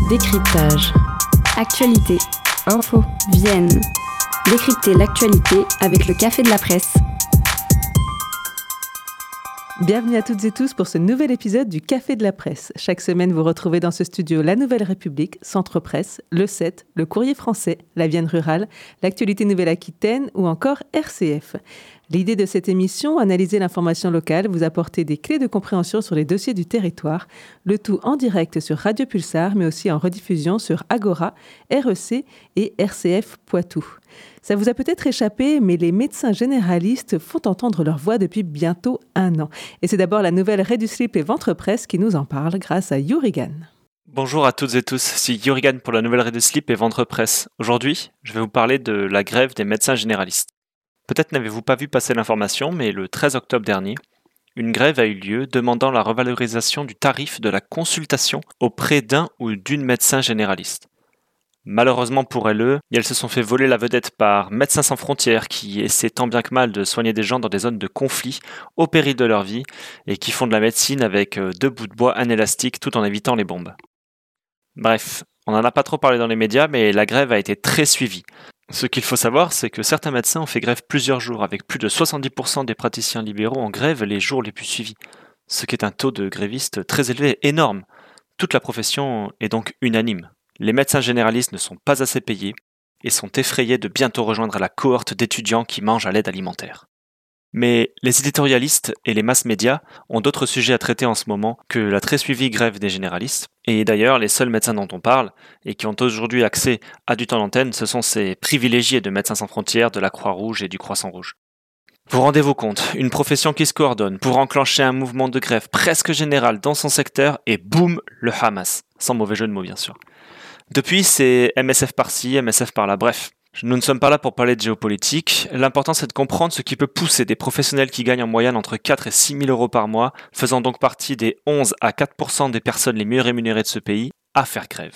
Décryptage. Actualité. Info. Vienne. Décrypter l'actualité avec le Café de la Presse. Bienvenue à toutes et tous pour ce nouvel épisode du Café de la Presse. Chaque semaine, vous retrouvez dans ce studio La Nouvelle République, Centre Presse, Le 7, Le Courrier Français, La Vienne Rurale, l'Actualité Nouvelle-Aquitaine ou encore RCF. L'idée de cette émission, analyser l'information locale, vous apporter des clés de compréhension sur les dossiers du territoire, le tout en direct sur Radio Pulsar, mais aussi en rediffusion sur Agora, REC et RCF Poitou. Ça vous a peut-être échappé, mais les médecins généralistes font entendre leur voix depuis bientôt 1 an. Et c'est d'abord la nouvelle Rédu Slip et Ventre Presse qui nous en parle grâce à Yurigan. Bonjour à toutes et tous, c'est Yurigan pour la nouvelle Rédu Slip et Ventre Presse. Aujourd'hui, je vais vous parler de la grève des médecins généralistes. Peut-être n'avez-vous pas vu passer l'information, mais le 13 octobre dernier, une grève a eu lieu demandant la revalorisation du tarif de la consultation auprès d'un ou d'une médecin généraliste. Malheureusement pour elles se sont fait voler la vedette par Médecins sans frontières qui essaient tant bien que mal de soigner des gens dans des zones de conflit au péril de leur vie et qui font de la médecine avec 2 bouts de bois, un élastique tout en évitant les bombes. Bref, on n'en a pas trop parlé dans les médias, mais la grève a été très suivie. Ce qu'il faut savoir, c'est que certains médecins ont fait grève plusieurs jours, avec plus de 70% des praticiens libéraux en grève les jours les plus suivis, ce qui est un taux de grévistes très élevé, énorme. Toute la profession est donc unanime. Les médecins généralistes ne sont pas assez payés et sont effrayés de bientôt rejoindre la cohorte d'étudiants qui mangent à l'aide alimentaire. Mais les éditorialistes et les masses médias ont d'autres sujets à traiter en ce moment que la très suivie grève des généralistes. Et d'ailleurs, les seuls médecins dont on parle et qui ont aujourd'hui accès à du temps d'antenne, ce sont ces privilégiés de Médecins sans frontières, de la Croix-Rouge et du Croissant-Rouge. Vous rendez-vous compte, une profession qui se coordonne pour enclencher un mouvement de grève presque général dans son secteur et boum, le Hamas. Sans mauvais jeu de mots bien sûr. Depuis, c'est MSF par-ci, MSF par-là, bref. Nous ne sommes pas là pour parler de géopolitique. L'important, c'est de comprendre ce qui peut pousser des professionnels qui gagnent en moyenne entre 4 et 6 000 euros par mois, faisant donc partie des 11 à 4% des personnes les mieux rémunérées de ce pays, à faire grève.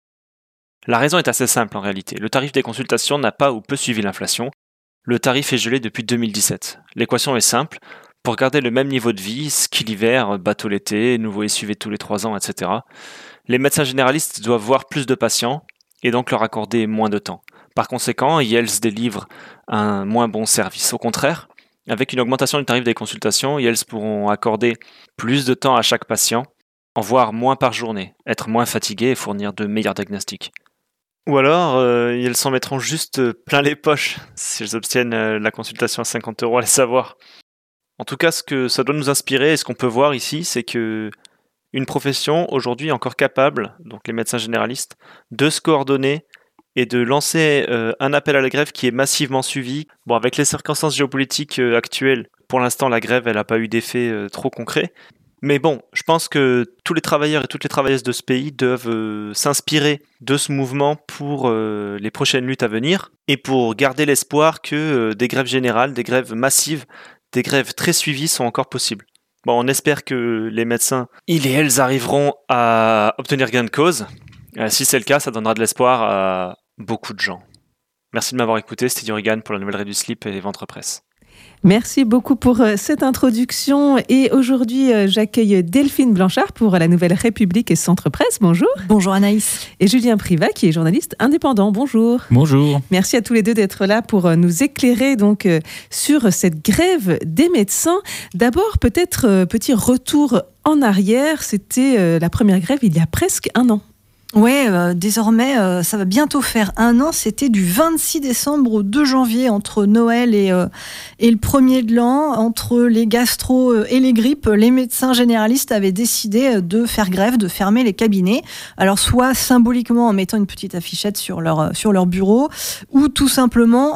La raison est assez simple en réalité. Le tarif des consultations n'a pas ou peu suivi l'inflation. Le tarif est gelé depuis 2017. L'équation est simple. Pour garder le même niveau de vie, ski l'hiver, bateau l'été, nouveau SUV tous les 3 ans, etc., les médecins généralistes doivent voir plus de patients et donc leur accorder moins de temps. Par conséquent, Yells délivre un moins bon service. Au contraire, avec une augmentation du tarif des consultations, Yells pourront accorder plus de temps à chaque patient, en voir moins par journée, être moins fatigués et fournir de meilleurs diagnostics. Ou alors, ils s'en mettront juste plein les poches s'ils obtiennent la consultation à 50 €, allez savoir. En tout cas, ce que ça doit nous inspirer et ce qu'on peut voir ici, c'est que une profession aujourd'hui encore capable, donc les médecins généralistes, de se coordonner et de lancer un appel à la grève qui est massivement suivi. Bon, avec les circonstances géopolitiques actuelles, pour l'instant, la grève, elle n'a pas eu d'effet trop concret. Mais bon, je pense que tous les travailleurs et toutes les travailleuses de ce pays doivent s'inspirer de ce mouvement pour les prochaines luttes à venir et pour garder l'espoir que des grèves générales, des grèves massives, des grèves très suivies sont encore possibles. Bon, on espère que les médecins, ils et elles arriveront à obtenir gain de cause. Si c'est le cas, ça donnera de l'espoir à beaucoup de gens. Merci de m'avoir écouté, c'était Yurigan pour la nouvelle Rédu Slip et Ventre Presse. Merci beaucoup pour cette introduction. Et aujourd'hui, j'accueille Delphine Blanchard pour la Nouvelle République et Centre Presse. Bonjour. Bonjour Anaïs. Et Julien Privat, qui est journaliste indépendant. Bonjour. Bonjour. Merci à tous les deux d'être là pour nous éclairer donc sur cette grève des médecins. D'abord, peut-être petit retour en arrière. C'était la première grève il y a presque 1 an. Ouais, désormais, ça va bientôt faire 1 an. C'était du 26 décembre au 2 janvier, entre Noël et le 1er de l'an. Entre les gastro et les grippes, les médecins généralistes avaient décidé de faire grève, de fermer les cabinets. Alors, soit symboliquement en mettant une petite affichette sur leur bureau, ou tout simplement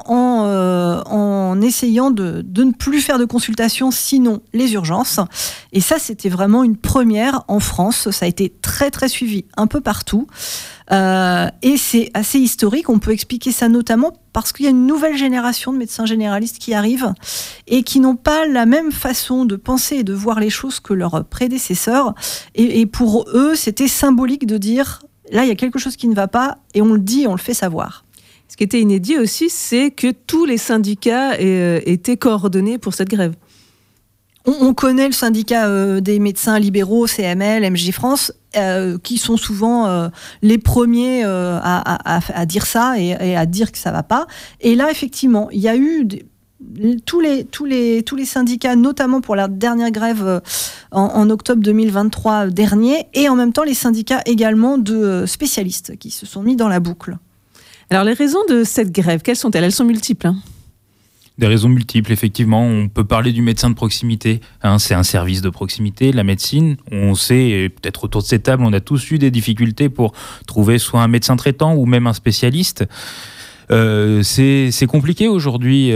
en essayant de ne plus faire de consultation, sinon les urgences. Et ça, c'était vraiment une première en France. Ça a été très, très suivi un peu partout. Et c'est assez historique, on peut expliquer ça notamment parce qu'il y a une nouvelle génération de médecins généralistes qui arrivent et qui n'ont pas la même façon de penser et de voir les choses que leurs prédécesseurs, et pour eux c'était symbolique de dire là il y a quelque chose qui ne va pas et on le dit, on le fait savoir. Ce qui était inédit aussi, c'est que tous les syndicats étaient coordonnés pour cette grève. On connaît le syndicat des médecins libéraux, CML, MJ France, qui sont souvent les premiers à dire ça et à dire que ça va pas. Et là, effectivement, il y a eu tous les syndicats, notamment pour la dernière grève en octobre 2023 dernier, et en même temps les syndicats également de spécialistes qui se sont mis dans la boucle. Alors les raisons de cette grève, quelles sont-elles ? Elles sont multiples. Des raisons multiples, effectivement. On peut parler du médecin de proximité. C'est un service de proximité, la médecine. On sait, et peut-être autour de cette table, on a tous eu des difficultés pour trouver soit un médecin traitant ou même un spécialiste. C'est compliqué aujourd'hui,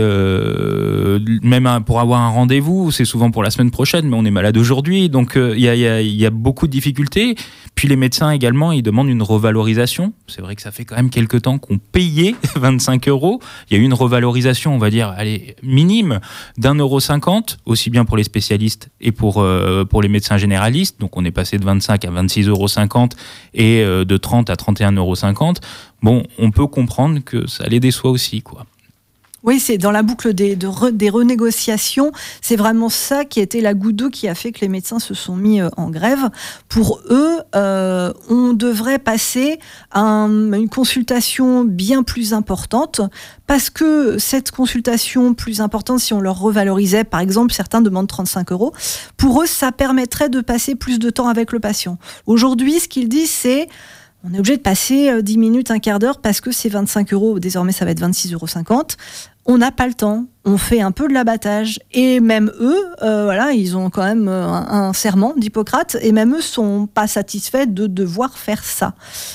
même pour avoir un rendez-vous, c'est souvent pour la semaine prochaine, mais on est malade aujourd'hui, donc il y a beaucoup de difficultés. Puis les médecins également, ils demandent une revalorisation. C'est vrai que ça fait quand même quelques temps qu'on payait 25 €. Il y a eu une revalorisation, on va dire, minime d'1,50 €, aussi bien pour les spécialistes et pour les médecins généralistes. Donc on est passé de 25 à 26,50 € et de 30 à 31,50 €. Bon, on peut comprendre que ça les déçoit aussi, quoi. Oui, c'est dans la boucle des renégociations. C'est vraiment ça qui a été la goutte d'eau qui a fait que les médecins se sont mis en grève. Pour eux, on devrait passer à une consultation bien plus importante, parce que cette consultation plus importante, si on leur revalorisait, par exemple, certains demandent 35 €, pour eux, ça permettrait de passer plus de temps avec le patient. Aujourd'hui, ce qu'ils disent, c'est... On est obligé de passer 10 minutes, un quart d'heure, parce que c'est 25 €, désormais ça va être 26,50 €. On n'a pas le temps, on fait un peu de l'abattage. Et même eux, ils ont quand même un serment d'Hippocrate, et même eux sont pas satisfaits de devoir faire ça.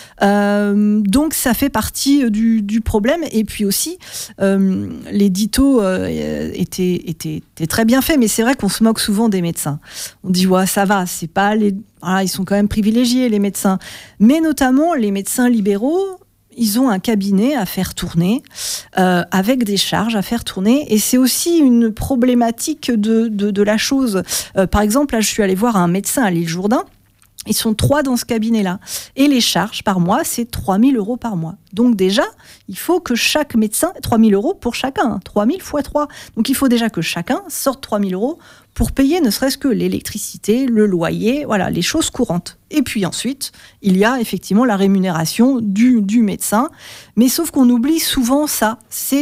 Donc ça fait partie du problème. Et puis aussi, l'édito était très bien fait, mais c'est vrai qu'on se moque souvent des médecins. On dit ouais, ça va, c'est pas les... Voilà, ils sont quand même privilégiés, les médecins. Mais notamment, les médecins libéraux, ils ont un cabinet à faire tourner, avec des charges à faire tourner. Et c'est aussi une problématique de la chose. Par exemple, là, je suis allée voir un médecin à l'île Jourdain. Ils sont 3 dans ce cabinet-là. Et les charges par mois, c'est 3 000 € par mois. Donc déjà, il faut que chaque médecin... 3 000 € pour chacun, 3 000 x 3. Donc il faut déjà que chacun sorte 3 000 € pour payer ne serait-ce que l'électricité, le loyer, voilà, les choses courantes. Et puis ensuite, il y a effectivement la rémunération du médecin. Mais sauf qu'on oublie souvent ça.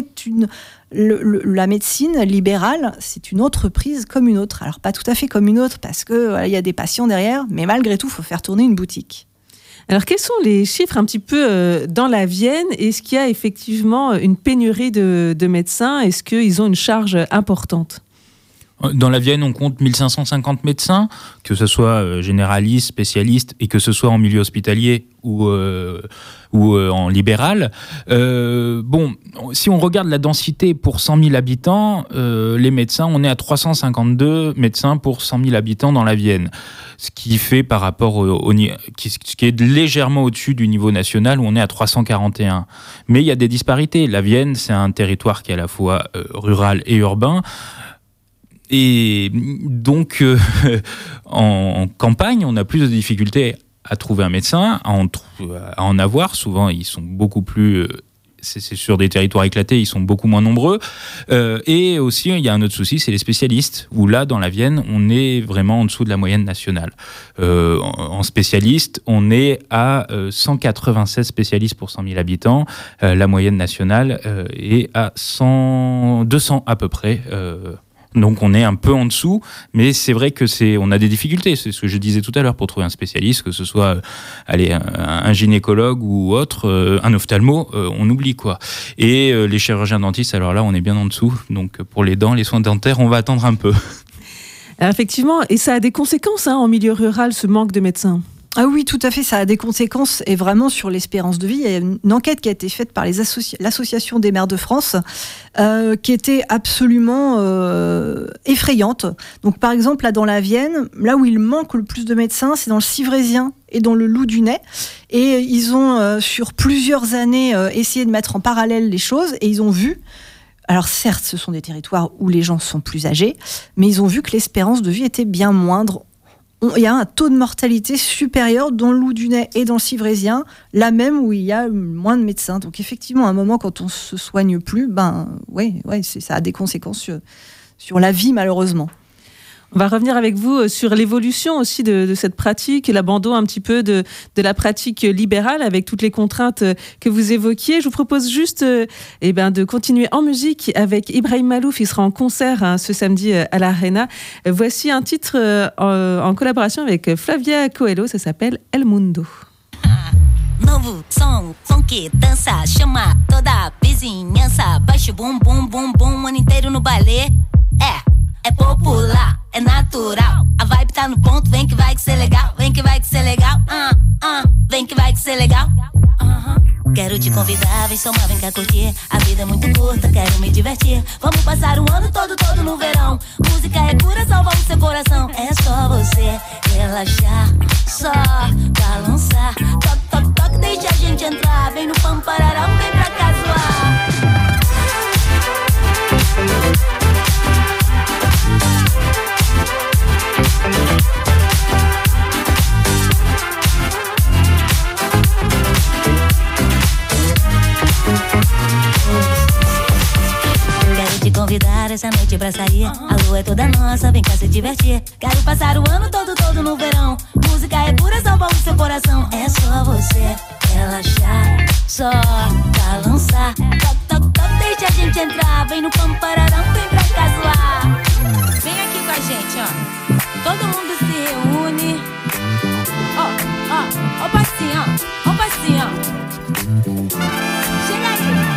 La médecine libérale, c'est une entreprise comme une autre. Alors pas tout à fait comme une autre, parce que y a des patients derrière, mais malgré tout, il faut faire tourner une boutique. Alors quels sont les chiffres un petit peu dans la Vienne ? Est-ce qu'il y a effectivement une pénurie de médecins ? Est-ce qu'ils ont une charge importante ? Dans la Vienne, on compte 1550 médecins, que ce soit généralistes, spécialistes, et que ce soit en milieu hospitalier ou en libéral. Si on regarde la densité pour 100 000 habitants, les médecins, on est à 352 médecins pour 100 000 habitants dans la Vienne. Ce qui fait par rapport ce qui est légèrement au-dessus du niveau national, où on est à 341. Mais il y a des disparités. La Vienne, c'est un territoire qui est à la fois rural et urbain. Et donc, en campagne, on a plus de difficultés à trouver un médecin, à en avoir. Souvent, ils sont beaucoup plus... C'est sur des territoires éclatés, ils sont beaucoup moins nombreux. Et aussi, il y a un autre souci, c'est les spécialistes, où là, dans la Vienne, on est vraiment en dessous de la moyenne nationale. En spécialistes, on est à 196 spécialistes pour 100 000 habitants. La moyenne nationale est à 200 à peu près. Donc on est un peu en dessous, mais c'est vrai que on a des difficultés. C'est ce que je disais tout à l'heure, pour trouver un spécialiste, que ce soit un gynécologue ou autre, un ophtalmo, on oublie quoi. Et les chirurgiens dentistes, alors là on est bien en dessous. Donc pour les dents, les soins dentaires, on va attendre un peu. Alors effectivement, et ça a des conséquences en milieu rural, ce manque de médecins. Ah oui, tout à fait, ça a des conséquences, et vraiment sur l'espérance de vie. Il y a une enquête qui a été faite par l'Association des maires de France, qui était absolument effrayante. Donc par exemple, là dans la Vienne, là où il manque le plus de médecins, c'est dans le Civraisien et dans le Loudunais. Et ils ont, sur plusieurs années, essayé de mettre en parallèle les choses, et ils ont vu... Alors certes, ce sont des territoires où les gens sont plus âgés, mais ils ont vu que l'espérance de vie était bien moindre. Il y a un taux de mortalité supérieur dans le Loudunais et dans le Civraisien, là même où il y a moins de médecins. Donc effectivement, à un moment, quand on se soigne plus, ça a des conséquences sur la vie, malheureusement. On va revenir avec vous sur l'évolution aussi de cette pratique, l'abandon un petit peu de la pratique libérale avec toutes les contraintes que vous évoquiez. Je vous propose juste de continuer en musique avec Ibrahim Malouf. Il sera en concert ce samedi à l'Arena. Voici un titre en collaboration avec Flavia Coelho, ça s'appelle El Mundo. Novo som, funk, dança, chama toda a vizinhança. Baixa o bum, bum, bum, bum, o ano inteiro no balé. É popular, é natural. A vibe tá no ponto, vem que vai que ser legal. Vem que vai que ser legal, vem que vai que ser legal. Quero te convidar, vem somar, vem cá curtir. A vida é muito curta, quero me divertir. Vamos passar o ano todo, todo no verão. Música é cura, salva o seu coração. É só você relaxar, só balançar. Toque, toque, toque, deixa a gente entrar. Vem no pampararão, vem pra cá zoar. Convidar essa noite pra sair. A lua é toda nossa, vem cá se divertir. Quero passar o ano todo, todo no verão. Música é pura, salva o seu coração. É só você relaxar, só balançar. Toc, toc, toc, deixa a gente entrar. Vem no pampararão, vem pra cá zoar. Vem aqui com a gente, ó. Todo mundo se reúne. Ó, passinho, ó, passinho. Chega aí.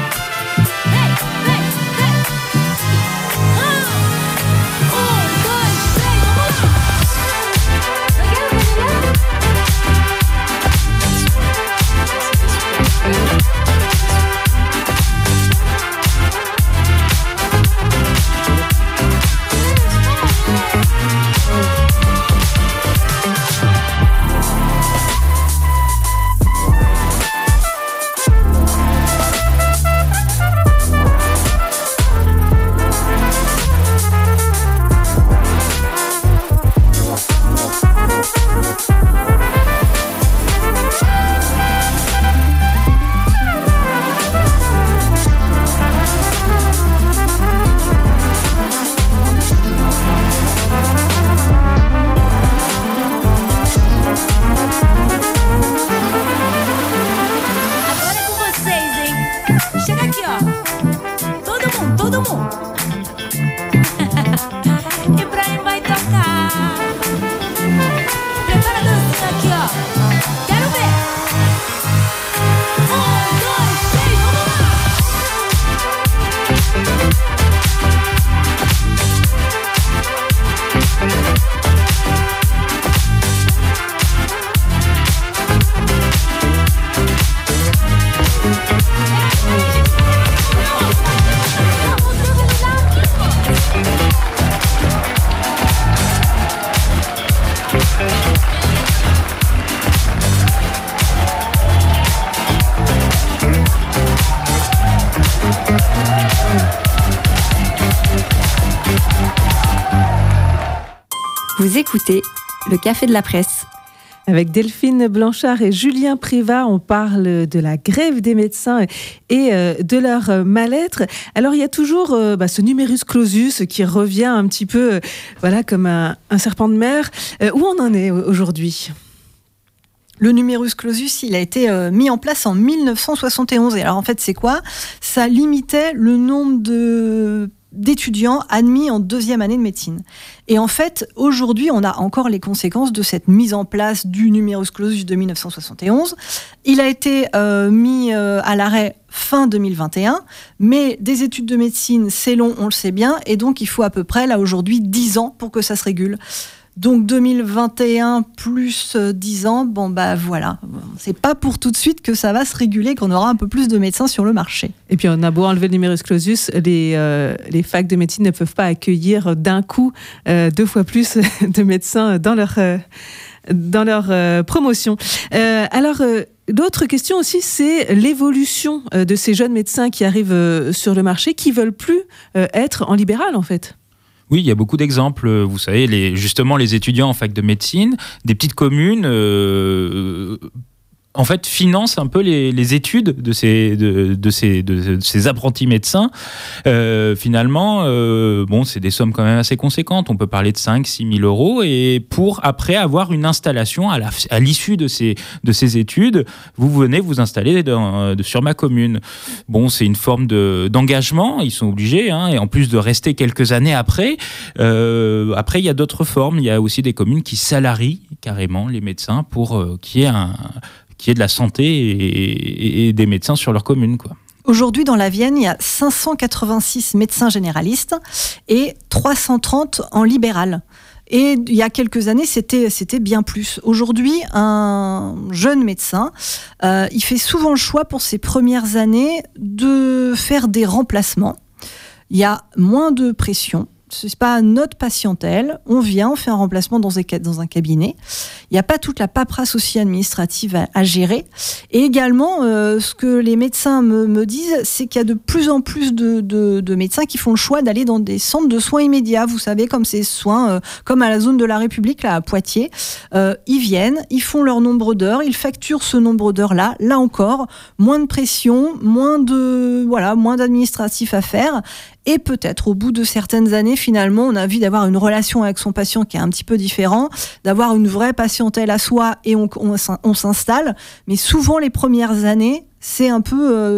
Vous écoutez le Café de la Presse. Avec Delphine Blanchard et Julien Privat, on parle de la grève des médecins et de leur mal-être. Alors, il y a toujours ce numerus clausus qui revient un petit peu comme un serpent de mer. Où on en est aujourd'hui ? Le numerus clausus, il a été mis en place en 1971. Et alors, en fait, c'est quoi ? Ça limitait le nombre d'étudiants admis en deuxième année de médecine. Et en fait, aujourd'hui, on a encore les conséquences de cette mise en place du numerus clausus de 1971. Il a été mis à l'arrêt fin 2021, mais des études de médecine, c'est long, on le sait bien, et donc il faut à peu près, là, aujourd'hui, 10 ans pour que ça se régule. Donc 2021 plus 10 ans, voilà. C'est pas pour tout de suite que ça va se réguler, qu'on aura un peu plus de médecins sur le marché. Et puis on a beau enlever le numerus clausus, les facs de médecine ne peuvent pas accueillir d'un coup 2 fois plus de médecins dans leur promotion. L'autre question aussi, c'est l'évolution de ces jeunes médecins qui arrivent sur le marché, qui veulent plus être en libéral en fait. Oui, il y a beaucoup d'exemples. Vous savez, justement, les étudiants en fac de médecine, des petites communes en fait, finance un peu les études de ces apprentis médecins. Finalement, c'est des sommes quand même assez conséquentes. On peut parler de 5-6 000 euros. Et pour après avoir une installation à l'issue de ces études, vous venez vous installer sur ma commune. Bon, c'est une forme d'engagement. Ils sont obligés, hein, et en plus de rester quelques années après. Après, il y a d'autres formes. Il y a aussi des communes qui salarient carrément les médecins pour qu'il y ait de la santé et des médecins sur leur commune, quoi. Aujourd'hui, dans la Vienne, il y a 586 médecins généralistes et 330 en libéral. Et il y a quelques années, c'était bien plus. Aujourd'hui, un jeune médecin, il fait souvent le choix pour ses premières années de faire des remplacements. Il y a moins de pression. C'est pas notre patientèle, on vient, on fait un remplacement dans un cabinet. Il n'y a pas toute la paperasse aussi administrative à gérer. Et également, ce que les médecins me disent, c'est qu'il y a de plus en plus de médecins qui font le choix d'aller dans des centres de soins immédiats. Vous savez, comme ces soins, comme à la zone de la République, là, à Poitiers. Ils viennent, ils font leur nombre d'heures, ils facturent ce nombre d'heures-là. Là encore, moins de pression, moins d'administratif à faire. Et peut-être, au bout de certaines années, finalement, on a envie d'avoir une relation avec son patient qui est un petit peu différent, d'avoir une vraie patientèle à soi et on s'installe. Mais souvent, les premières années, c'est un peu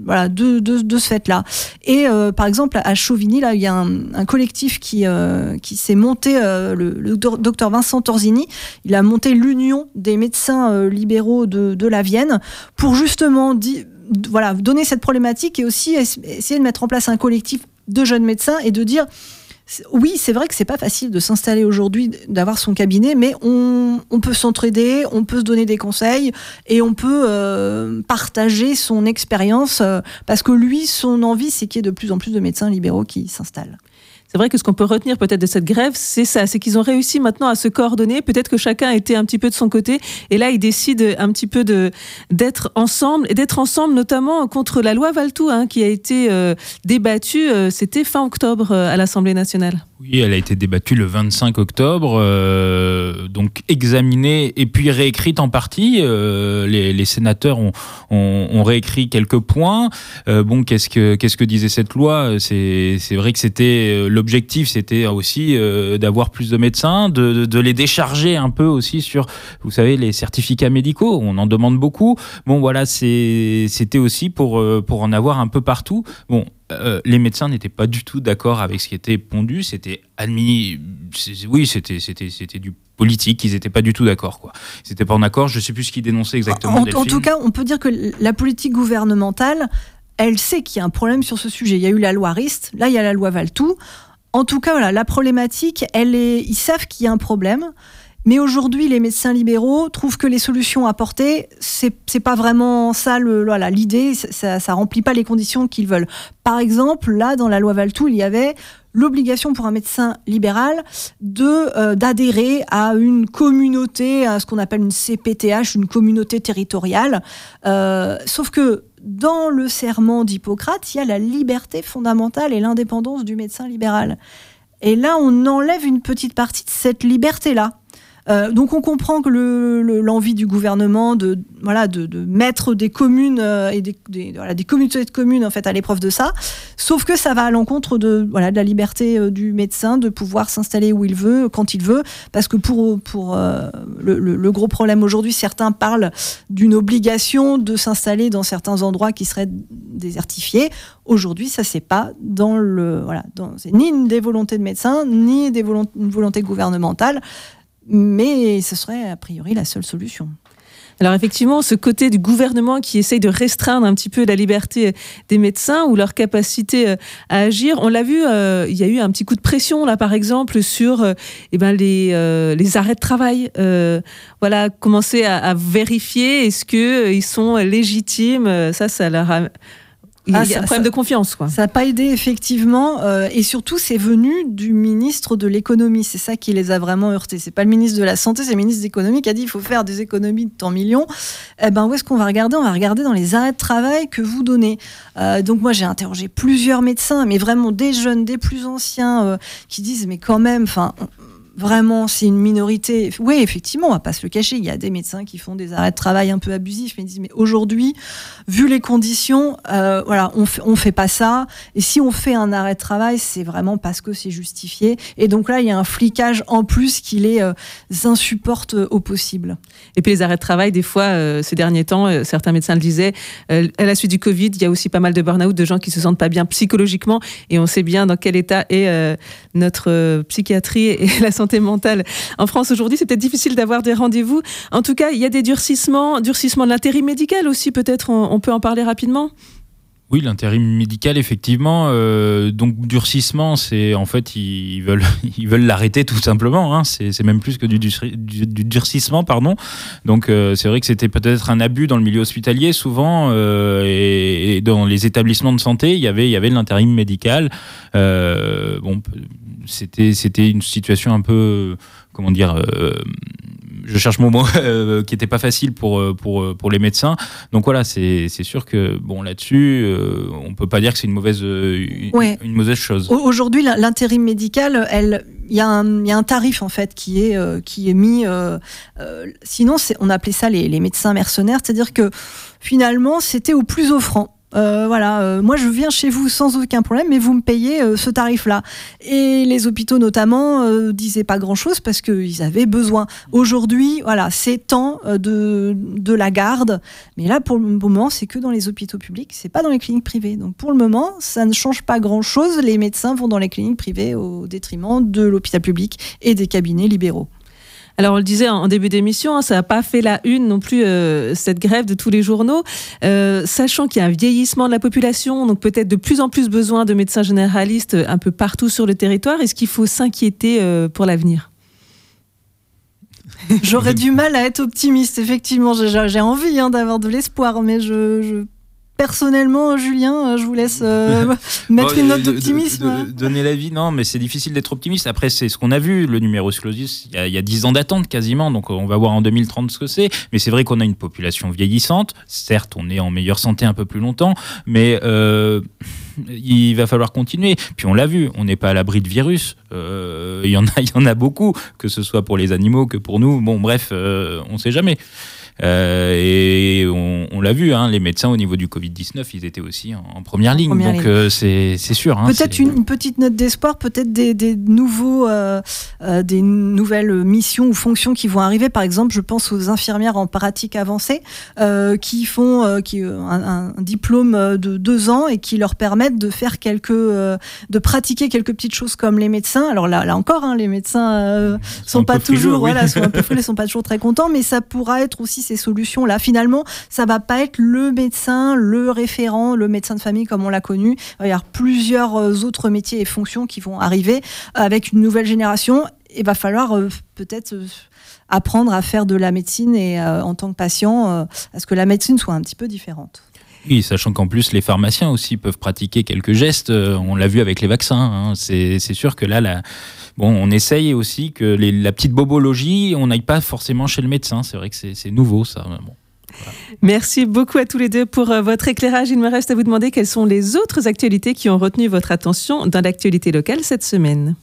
de ce fait-là. Et par exemple, à Chauvigny, là, il y a un collectif qui s'est monté, le docteur Vincent Torzini, il a monté l'Union des médecins libéraux de la Vienne pour justement donner cette problématique et aussi essayer de mettre en place un collectif de jeunes médecins et de dire oui, c'est vrai que c'est pas facile de s'installer aujourd'hui, d'avoir son cabinet, mais on peut s'entraider, on peut se donner des conseils et on peut partager son expérience parce que lui, son envie, c'est qu'il y ait de plus en plus de médecins libéraux qui s'installent. C'est vrai que ce qu'on peut retenir peut-être de cette grève, c'est ça, c'est qu'ils ont réussi maintenant à se coordonner. Peut-être que chacun était un petit peu de son côté, et là ils décident un petit peu d'être ensemble, et d'être ensemble notamment contre la loi Valtou, qui a été débattue. C'était fin octobre à l'Assemblée nationale. Oui, elle a été débattue le 25 octobre, donc examinée et puis réécrite en partie. Les sénateurs ont réécrit quelques points. Qu'est-ce que disait cette loi ? C'est vrai que c'était l'objectif, c'était aussi d'avoir plus de médecins, de les décharger un peu aussi sur, vous savez, les certificats médicaux. On en demande beaucoup. Bon, voilà, c'était aussi pour en avoir un peu partout. Bon. Les médecins n'étaient pas du tout d'accord avec ce qui était pondu. C'était c'était du politique. Ils n'étaient pas du tout d'accord, quoi. Ils n'étaient pas en accord. Je ne sais plus ce qu'ils dénonçaient exactement. En tout cas, on peut dire que la politique gouvernementale, elle sait qu'il y a un problème sur ce sujet. Il y a eu la loi Rist, là il y a la loi Valtou. En tout cas, voilà, la problématique, ils savent qu'il y a un problème. Mais aujourd'hui, les médecins libéraux trouvent que les solutions apportées, c'est pas vraiment ça l'idée, ça remplit pas les conditions qu'ils veulent. Par exemple, là, dans la loi Valtou, il y avait l'obligation pour un médecin libéral d'adhérer à une communauté, à ce qu'on appelle une CPTH, une communauté territoriale. Sauf que dans le serment d'Hippocrate, il y a la liberté fondamentale et l'indépendance du médecin libéral. Et là, on enlève une petite partie de cette liberté-là. Donc on comprend que l'envie du gouvernement de mettre des communes et des communautés de communes en fait à l'épreuve de ça, sauf que ça va à l'encontre de la liberté du médecin de pouvoir s'installer où il veut, quand il veut, parce que pour le gros problème aujourd'hui, certains parlent d'une obligation de s'installer dans certains endroits qui seraient désertifiés. Aujourd'hui, ça c'est pas c'est ni une des volontés de médecins, ni une volonté gouvernementale. Mais ce serait a priori la seule solution. Alors effectivement, ce côté du gouvernement qui essaye de restreindre un petit peu la liberté des médecins ou leur capacité à agir, on l'a vu, il y a eu un petit coup de pression là par exemple sur les arrêts de travail. Commencer à vérifier est-ce qu'ils sont légitimes. Ça leur a... Il y a un problème de confiance, quoi. Ça n'a pas aidé, effectivement. Et surtout, c'est venu du ministre de l'économie. C'est ça qui les a vraiment heurtés. C'est pas le ministre de la Santé, c'est le ministre de l'économie qui a dit qu'il faut faire des économies de tant millions. Où est-ce qu'on va regarder ? On va regarder dans les arrêts de travail que vous donnez. Donc moi, j'ai interrogé plusieurs médecins, mais vraiment des jeunes, des plus anciens, qui disent, mais quand même, vraiment, c'est une minorité. Oui, effectivement, on va pas se le cacher. Il y a des médecins qui font des arrêts de travail un peu abusifs, mais ils disent, mais aujourd'hui, vu les conditions, voilà, on fait pas ça. Et si on fait un arrêt de travail, c'est vraiment parce que c'est justifié. Et donc là, il y a un flicage en plus qui les insupporte au possible. Et puis les arrêts de travail, des fois, ces derniers temps, certains médecins le disaient, à la suite du Covid, il y a aussi pas mal de burn-out, de gens qui se sentent pas bien psychologiquement. Et on sait bien dans quel état est notre psychiatrie et la santé mentale en France aujourd'hui. C'est peut-être difficile d'avoir des rendez-vous. En tout cas, il y a des durcissements de l'intérim médical aussi, peut-être, on peut en parler rapidement. Oui, l'intérim médical, effectivement. Donc, durcissement, c'est en fait, ils veulent l'arrêter tout simplement. Hein. C'est même plus que du durcissement, pardon. Donc, c'est vrai que c'était peut-être un abus dans le milieu hospitalier, souvent, et dans les établissements de santé, il y avait de l'intérim médical. Bon, c'était une situation un peu, comment dire, je cherche mon mot, qui n'était pas facile pour les médecins. Donc voilà, c'est sûr que bon, là-dessus, on ne peut pas dire que c'est une mauvaise chose. Aujourd'hui, l'intérim médical, il y a un tarif en fait qui est mis. Sinon, on appelait ça les médecins mercenaires, c'est-à-dire que finalement, c'était au plus offrant. Moi je viens chez vous sans aucun problème, mais vous me payez ce tarif-là. Et les hôpitaux notamment disaient pas grand-chose parce qu'ils avaient besoin. Aujourd'hui, voilà, c'est temps de la garde, mais là pour le moment c'est que dans les hôpitaux publics, c'est pas dans les cliniques privées. Donc pour le moment, ça ne change pas grand-chose. Les médecins vont dans les cliniques privées au détriment de l'hôpital public et des cabinets libéraux. Alors on le disait en début d'émission, ça n'a pas fait la une non plus cette grève de tous les journaux, sachant qu'il y a un vieillissement de la population, donc peut-être de plus en plus besoin de médecins généralistes un peu partout sur le territoire. Est-ce qu'il faut s'inquiéter pour l'avenir ? J'aurais du mal à être optimiste, effectivement, j'ai envie d'avoir de l'espoir, mais personnellement, Julien, je vous laisse mettre une note d'optimisme. Donner l'avis, non, mais c'est difficile d'être optimiste. Après, c'est ce qu'on a vu, le numerus clausus, il y a 10 ans d'attente quasiment, donc on va voir en 2030 ce que c'est. Mais c'est vrai qu'on a une population vieillissante. Certes, on est en meilleure santé un peu plus longtemps, mais il va falloir continuer. Puis on l'a vu, on n'est pas à l'abri de virus. Il y en a beaucoup, que ce soit pour les animaux que pour nous. Bon, bref, on ne sait jamais. Et on l'a vu, les médecins au niveau du Covid-19, ils étaient aussi en première ligne. Donc c'est sûr. Peut-être une petite note d'espoir, peut-être des nouvelles missions ou fonctions qui vont arriver. Par exemple, je pense aux infirmières en pratique avancée qui font un diplôme de 2 ans et qui leur permettent de faire de pratiquer quelques petites choses comme les médecins. Alors là encore, les médecins sont pas toujours, sont un peu frileux, sont pas toujours très contents, mais ça pourra être aussi ces solutions-là. Finalement, ça va pas être le médecin, le référent, le médecin de famille comme on l'a connu. Il va y avoir plusieurs autres métiers et fonctions qui vont arriver avec une nouvelle génération. Il va falloir peut-être apprendre à faire de la médecine et en tant que patient, à ce que la médecine soit un petit peu différente. Oui, sachant qu'en plus, les pharmaciens aussi peuvent pratiquer quelques gestes. On l'a vu avec les vaccins. C'est sûr que là, on essaye aussi que la petite bobologie, on n'aille pas forcément chez le médecin. C'est vrai que c'est nouveau, ça. Bon. Voilà. Merci beaucoup à tous les deux pour votre éclairage. Il me reste à vous demander quelles sont les autres actualités qui ont retenu votre attention dans l'actualité locale cette semaine.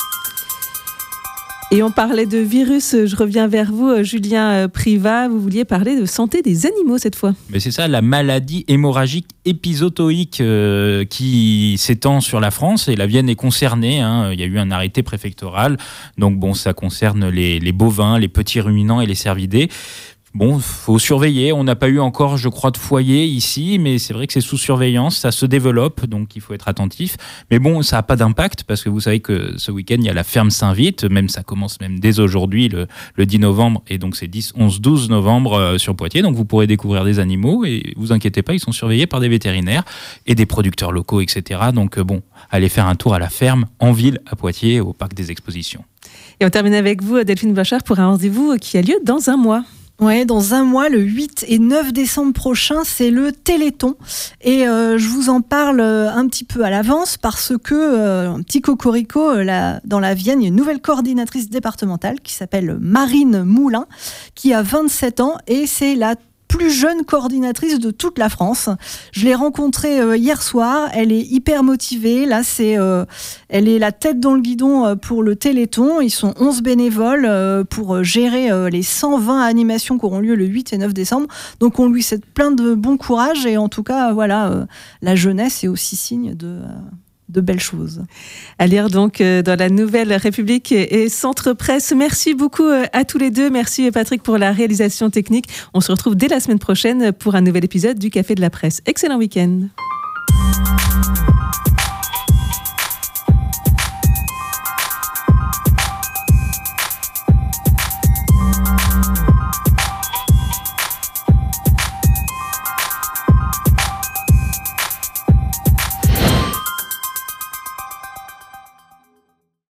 Et on parlait de virus, je reviens vers vous, Julien Privat, vous vouliez parler de santé des animaux cette fois. Mais c'est ça, la maladie hémorragique épizootoïque qui s'étend sur la France et la Vienne est concernée. Il y a eu un arrêté préfectoral, donc ça concerne les bovins, les petits ruminants et les cervidés. Bon, faut surveiller. On n'a pas eu encore, je crois, de foyer ici, mais c'est vrai que c'est sous surveillance, ça se développe, donc il faut être attentif. Mais bon, ça n'a pas d'impact parce que vous savez que ce week-end, il y a la ferme Saint-Vite, même ça commence même dès aujourd'hui, le 10 novembre, et donc c'est 10, 11, 12 novembre sur Poitiers. Donc vous pourrez découvrir des animaux et vous inquiétez pas, ils sont surveillés par des vétérinaires et des producteurs locaux, etc. Donc allez faire un tour à la ferme en ville à Poitiers, au parc des expositions. Et on termine avec vous, Delphine Blanchard, pour un rendez-vous qui a lieu dans un mois. Ouais, dans un mois, le 8 et 9 décembre prochain, c'est le Téléthon. Et je vous en parle un petit peu à l'avance parce que, un petit cocorico, dans la Vienne, il y a une nouvelle coordinatrice départementale qui s'appelle Marine Moulin, qui a 27 ans et c'est la plus jeune coordinatrice de toute la France. Je l'ai rencontrée hier soir. Elle est hyper motivée. Là, elle est la tête dans le guidon pour le Téléthon. Ils sont 11 bénévoles pour gérer les 120 animations qui auront lieu le 8 et 9 décembre. Donc, on lui souhaite plein de bon courage. Et en tout cas, voilà, la jeunesse est aussi signe de belles choses. À lire donc dans la Nouvelle République et Centre Presse. Merci beaucoup à tous les deux. Merci Patrick pour la réalisation technique. On se retrouve dès la semaine prochaine pour un nouvel épisode du Café de la Presse. Excellent week-end.